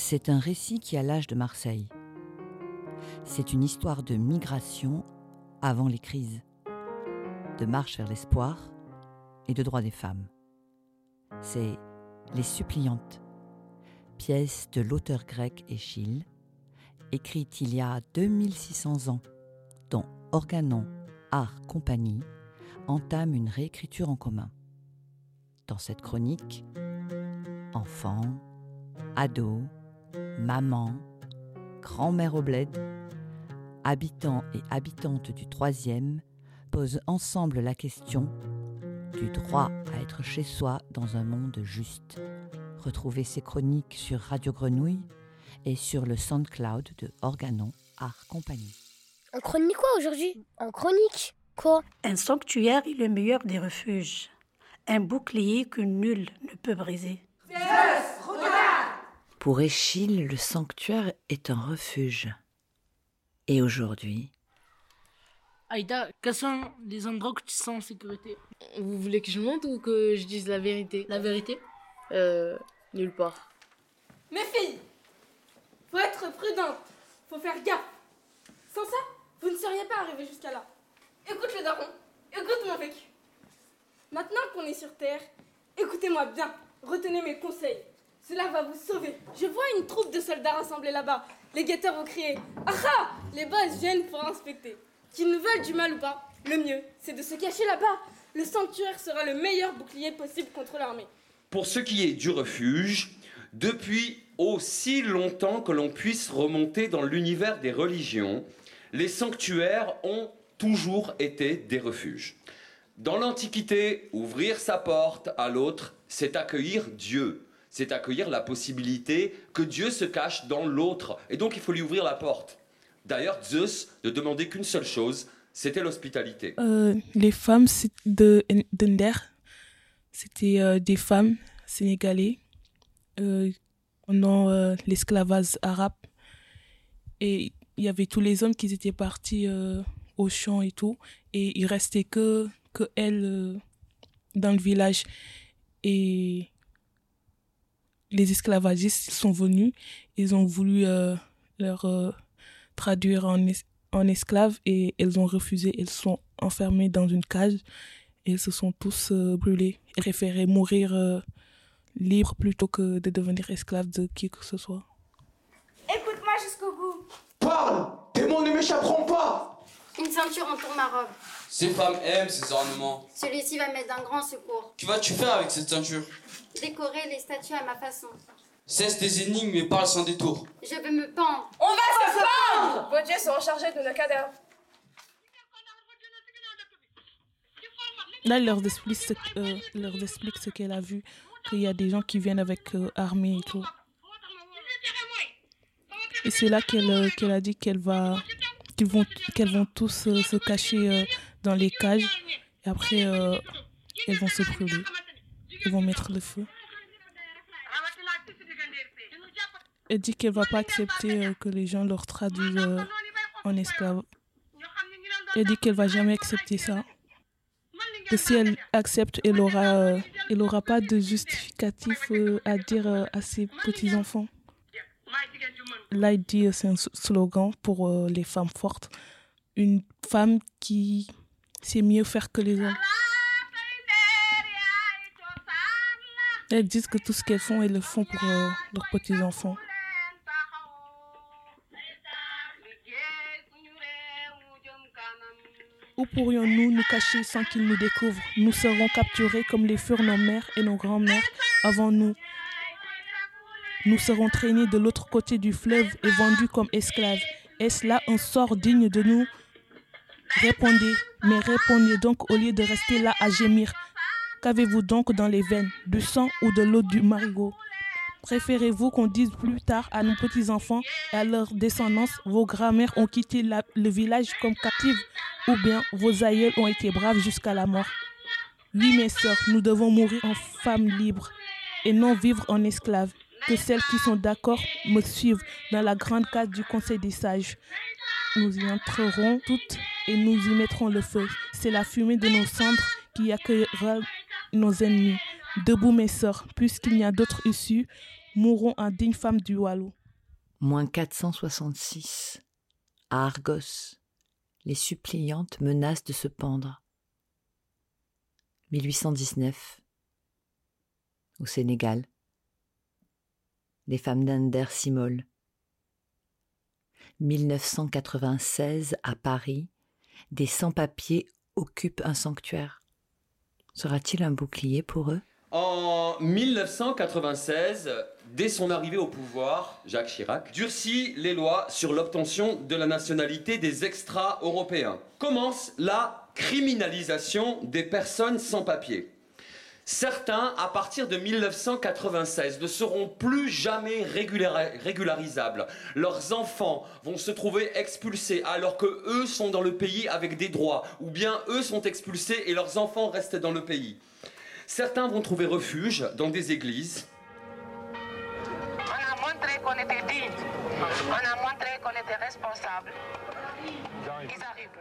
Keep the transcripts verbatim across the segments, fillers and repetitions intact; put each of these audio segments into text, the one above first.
C'est un récit qui a l'âge de Marseille. C'est une histoire de migration avant les crises, de marche vers l'espoir et de droits des femmes. C'est Les Suppliantes, pièce de l'auteur grec Échille, écrite il y a deux mille six cents ans, dont Organon Art Compagnie entame une réécriture en commun. Dans cette chronique, enfants, ados, mamans, grand-mère au bled, habitants et habitantes du troisième posent ensemble la question du droit à être chez soi dans un monde juste. Retrouvez ces chroniques sur Radio Grenouille et sur le SoundCloud de Organon Art Compagnie. En chronique quoi aujourd'hui ? En chronique quoi ? Un sanctuaire est le meilleur des refuges. Un bouclier que nul ne peut briser. Zeus, regarde ! Pour Échille, le sanctuaire est un refuge. Et aujourd'hui... Aïda, quels sont les endroits où tu sens en sécurité ? Vous voulez que je monte ou que je dise la vérité ? La vérité ? Euh, nulle part. Mes filles, faut être prudente, faut faire gaffe. Sans ça, vous ne seriez pas arrivées jusqu'à là. Écoute le daron, écoute mon vécu. Maintenant qu'on est sur terre, écoutez-moi bien, retenez mes conseils. Cela va vous sauver. Je vois une troupe de soldats rassemblés là-bas. Les guetteurs ont crié « Ah ah !» Les boss viennent pour inspecter. Qu'ils nous veulent du mal ou pas, le mieux, c'est de se cacher là-bas. Le sanctuaire sera le meilleur bouclier possible contre l'armée. Pour ce qui est du refuge, depuis aussi longtemps que l'on puisse remonter dans l'univers des religions, les sanctuaires ont toujours été des refuges. Dans l'Antiquité, ouvrir sa porte à l'autre, c'est accueillir Dieu. C'est accueillir la possibilité que Dieu se cache dans l'autre. Et donc, il faut lui ouvrir la porte. D'ailleurs, Zeus ne demandait qu'une seule chose, c'était l'hospitalité. Euh, les femmes de d'Ender, c'était euh, des femmes sénégalaises euh, pendant euh, l'esclavage arabe. Et il y avait tous les hommes qui étaient partis euh, au champ et tout. Et il restait que, que elles euh, dans le village. Et les esclavagistes sont venus. Ils ont voulu euh, leur euh, traduire en, es- en esclaves et elles ont refusé. Elles sont enfermées dans une cage et elles se sont tous euh, brûlées. Elles préféraient mourir euh, libres plutôt que de devenir esclaves de qui que ce soit. Écoute-moi jusqu'au bout. Parle! Tes mots ne m'échapperont pas! Une ceinture entoure ma robe. Ces femmes aiment ces ornements. Celui-ci va m'être d'un grand secours. Que vas-tu faire avec cette ceinture ? Décorer les statues à ma façon. Cesse tes énigmes et parle sans détour. Je veux me pendre. On va se pendre! Vos dieux seront chargés de nos cadavres. Là, elle leur explique ce, euh, leur explique ce qu'elle a vu, qu'il y a des gens qui viennent avec euh, armée et tout. Et c'est là qu'elle, euh, qu'elle a dit qu'elle va, qu'ils vont, qu'elles vont tous euh, se cacher euh, dans les cages. Et après, euh, elles vont se brûler. Ils vont mettre le feu. Elle dit qu'elle ne va pas accepter euh, que les gens leur traduisent euh, en esclaves. Elle dit qu'elle ne va jamais accepter ça. Que si elle accepte, elle n'aura euh, elle aura pas de justificatif euh, à dire euh, à ses petits-enfants. Là, il dit, euh, c'est un slogan pour euh, les femmes fortes. Une femme qui sait mieux faire que les hommes. Elles disent que tout ce qu'elles font, elles le font pour euh, leurs petits-enfants. Où pourrions-nous nous cacher sans qu'ils nous découvrent ? Nous serons capturés comme les furent nos mères et nos grands-mères avant nous. Nous serons traînés de l'autre côté du fleuve et vendus comme esclaves. Est-ce là un sort digne de nous ? Répondez, mais répondez donc au lieu de rester là à gémir. Qu'avez-vous donc dans les veines ? Du sang ou de l'eau du marigot ? Préférez-vous qu'on dise plus tard à nos petits-enfants et à leur descendance, vos grands-mères ont quitté la, le village comme captives, ou bien vos aïeuls ont été braves jusqu'à la mort. Oui, mes sœurs, nous devons mourir en femmes libres et non vivre en esclaves. Que celles qui sont d'accord me suivent dans la grande case du Conseil des sages. Nous y entrerons toutes et nous y mettrons le feu. C'est la fumée de nos cendres qui accueillera nos ennemis. Debout, mes sœurs, puisqu'il n'y a d'autre issue, mourons en dignes femmes du Wallo. Moins quatre cent soixante-six. À Argos, les suppliantes menacent de se pendre. mille huit cent dix-neuf. Au Sénégal, les femmes d'Ander s'immolent. mille neuf cent quatre-vingt-seize, à Paris, des sans-papiers occupent un sanctuaire. Sera-t-il un bouclier pour eux ? En mille neuf cent quatre-vingt-seize, dès son arrivée au pouvoir, Jacques Chirac durcit les lois sur l'obtention de la nationalité des extra-européens. Commence la criminalisation des personnes sans papier. Certains, à partir de mille neuf cent quatre-vingt-seize, ne seront plus jamais régulari- régularisables. Leurs enfants vont se trouver expulsés alors que eux sont dans le pays avec des droits, ou bien eux sont expulsés et leurs enfants restent dans le pays. Certains vont trouver refuge dans des églises. On a montré qu'on était digne. On a montré qu'on était responsable. Ils arrivent.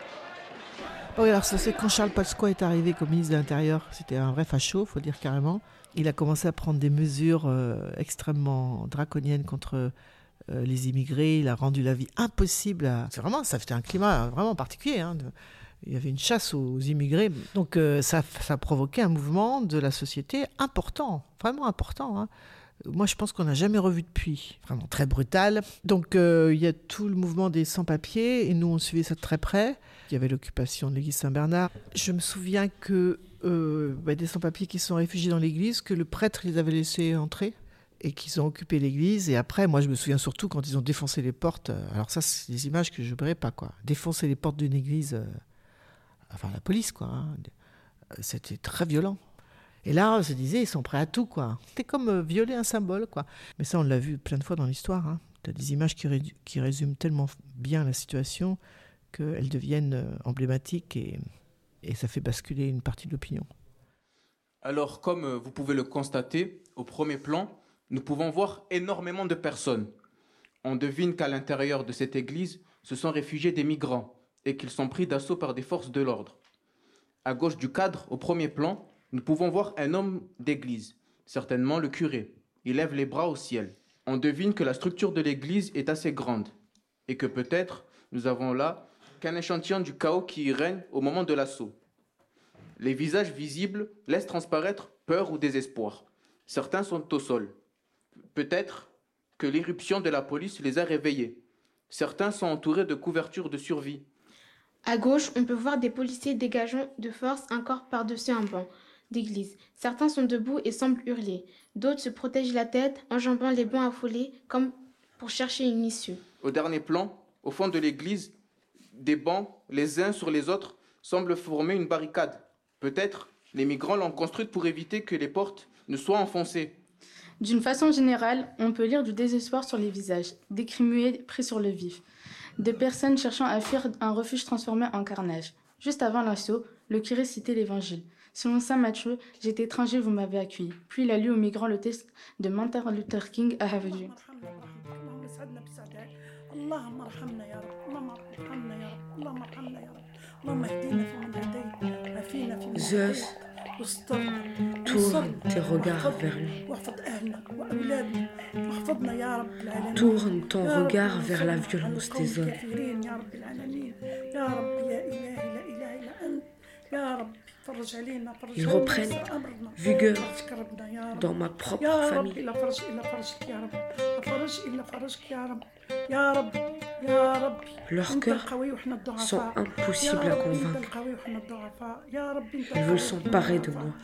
Oui, alors ça, c'est quand Charles Pasqua est arrivé comme ministre de l'Intérieur, c'était un vrai facho, il faut dire carrément. Il a commencé à prendre des mesures euh, extrêmement draconiennes contre euh, les immigrés. Il a rendu la vie impossible. À... C'est vraiment, ça fait un climat vraiment particulier. Hein, de... Il y avait une chasse aux immigrés. Donc euh, ça, ça a provoqué un mouvement de la société important, vraiment important. Hein. Moi, je pense qu'on n'a jamais revu depuis. Vraiment très brutal. Donc euh, il y a tout le mouvement des sans-papiers et nous, on suivait ça de très près. Il y avait l'occupation de l'église Saint-Bernard. Je me souviens que euh, bah, des sans-papiers qui sont réfugiés dans l'église, que le prêtre les avait laissés entrer et qu'ils ont occupé l'église. Et après, moi, je me souviens surtout quand ils ont défoncé les portes. Alors ça, c'est des images que je n'oublierai pas, quoi. Défoncer les portes d'une église, euh, enfin la police, quoi. Hein. C'était très violent. Et là, on se disait, ils sont prêts à tout, quoi. C'était comme euh, violer un symbole, quoi. Mais ça, on l'a vu plein de fois dans l'histoire. Hein. Tu as des images qui, ré- qui résument tellement bien la situation qu'elles deviennent emblématiques et, et ça fait basculer une partie de l'opinion. Alors, comme vous pouvez le constater, au premier plan, nous pouvons voir énormément de personnes. On devine qu'à l'intérieur de cette église, se sont réfugiés des migrants et qu'ils sont pris d'assaut par des forces de l'ordre. À gauche du cadre, au premier plan, nous pouvons voir un homme d'église, certainement le curé. Il lève les bras au ciel. On devine que la structure de l'église est assez grande et que peut-être nous avons là qu'un échantillon du chaos qui y règne au moment de l'assaut. Les visages visibles laissent transparaître peur ou désespoir. Certains sont au sol. Peut-être que l'irruption de la police les a réveillés. Certains sont entourés de couvertures de survie. À gauche, on peut voir des policiers dégageant de force un corps par-dessus un banc d'église. Certains sont debout et semblent hurler. D'autres se protègent la tête, enjambant les bancs affolés, comme pour chercher une issue. Au dernier plan, au fond de l'église, des bancs, les uns sur les autres, semblent former une barricade. Peut-être les migrants l'ont construite pour éviter que les portes ne soient enfoncées. D'une façon générale, on peut lire du désespoir sur les visages, des cris muets pris sur le vif, de personnes cherchant à fuir un refuge transformé en carnage. Juste avant l'assaut, le curé citait l'évangile. Selon saint Matthieu, j'étais étranger, vous m'avez accueilli. Puis il a lu aux migrants le texte de Martin Luther King à Havaju. Zeus, tourne tes regards vers lui. Tourne ton regard vers la violence des hommes. Ils reprennent vigueur dans ma propre famille. Leurs cœurs sont impossibles à convaincre. Ils veulent s'emparer de moi.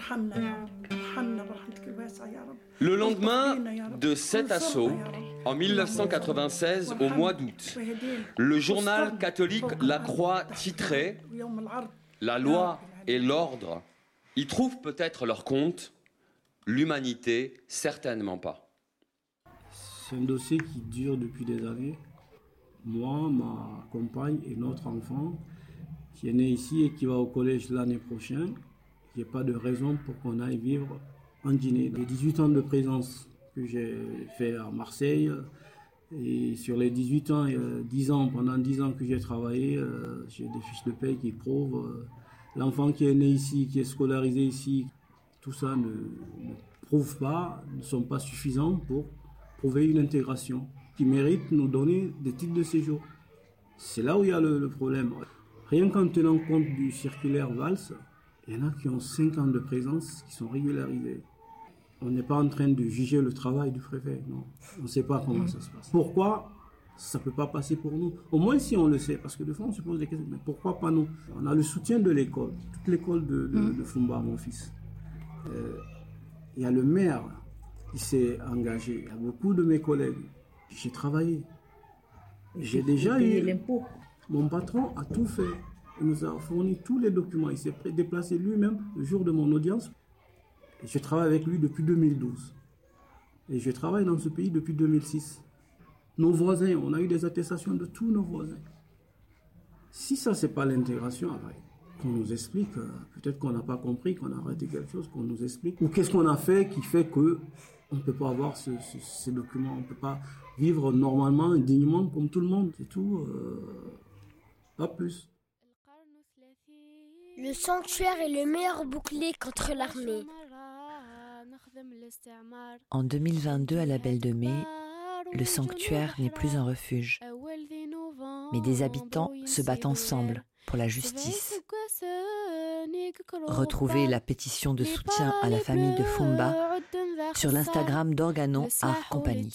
Le lendemain de cet assaut, en mille neuf cent quatre-vingt-seize, au mois d'août, le journal catholique La Croix titrait « La loi et l'ordre y trouvent peut-être leur compte, l'humanité certainement pas ». C'est un dossier qui dure depuis des années. Moi, ma compagne et notre enfant qui est né ici et qui va au collège l'année prochaine, il n'y a pas de raison pour qu'on aille vivre en Guinée. Les dix-huit ans de présence que j'ai fait à Marseille, et sur les dix-huit ans, dix ans, pendant dix ans que j'ai travaillé, j'ai des fiches de paie qui prouvent l'enfant qui est né ici, qui est scolarisé ici. Tout ça ne, ne prouve pas, ne sont pas suffisants pour prouver une intégration. qui méritent de nous donner des titres de séjour. C'est là où il y a le, le problème. Rien qu'en tenant compte du circulaire Valls, il y en a qui ont cinq ans de présence, qui sont régularisés. On n'est pas en train de juger le travail du préfet, non. On ne sait pas comment ça se passe. Pourquoi ça ne peut pas passer pour nous? Au moins si on le sait, parce que des fois on se pose des questions, mais pourquoi pas nous? On a le soutien de l'école, toute l'école de, de, de Fumba, mon fils. Euh, il y a le maire qui s'est engagé, il y a beaucoup de mes collègues. J'ai travaillé. J'ai déjà eu... l'impôt. Mon patron a tout fait. Il nous a fourni tous les documents. Il s'est déplacé lui-même le jour de mon audience. Et je travaille avec lui depuis deux mille douze. Et je travaille dans ce pays depuis deux mille six. Nos voisins, on a eu des attestations de tous nos voisins. Si ça, c'est pas l'intégration, après, qu'on nous explique, euh, peut-être qu'on n'a pas compris, qu'on a arrêté quelque chose, qu'on nous explique. Ou qu'est-ce qu'on a fait qui fait que on ne peut pas avoir ce, ce, ces documents, on ne peut pas vivre normalement, dignement, comme tout le monde. C'est tout, euh, pas plus. Le sanctuaire est le meilleur bouclier contre l'armée. En deux mille vingt-deux, à la Belle de Mai, le sanctuaire n'est plus un refuge, mais des habitants se battent ensemble pour la justice. Retrouvez la pétition de soutien à la famille de Fumba sur l'Instagram d'Organon Art Compagnie.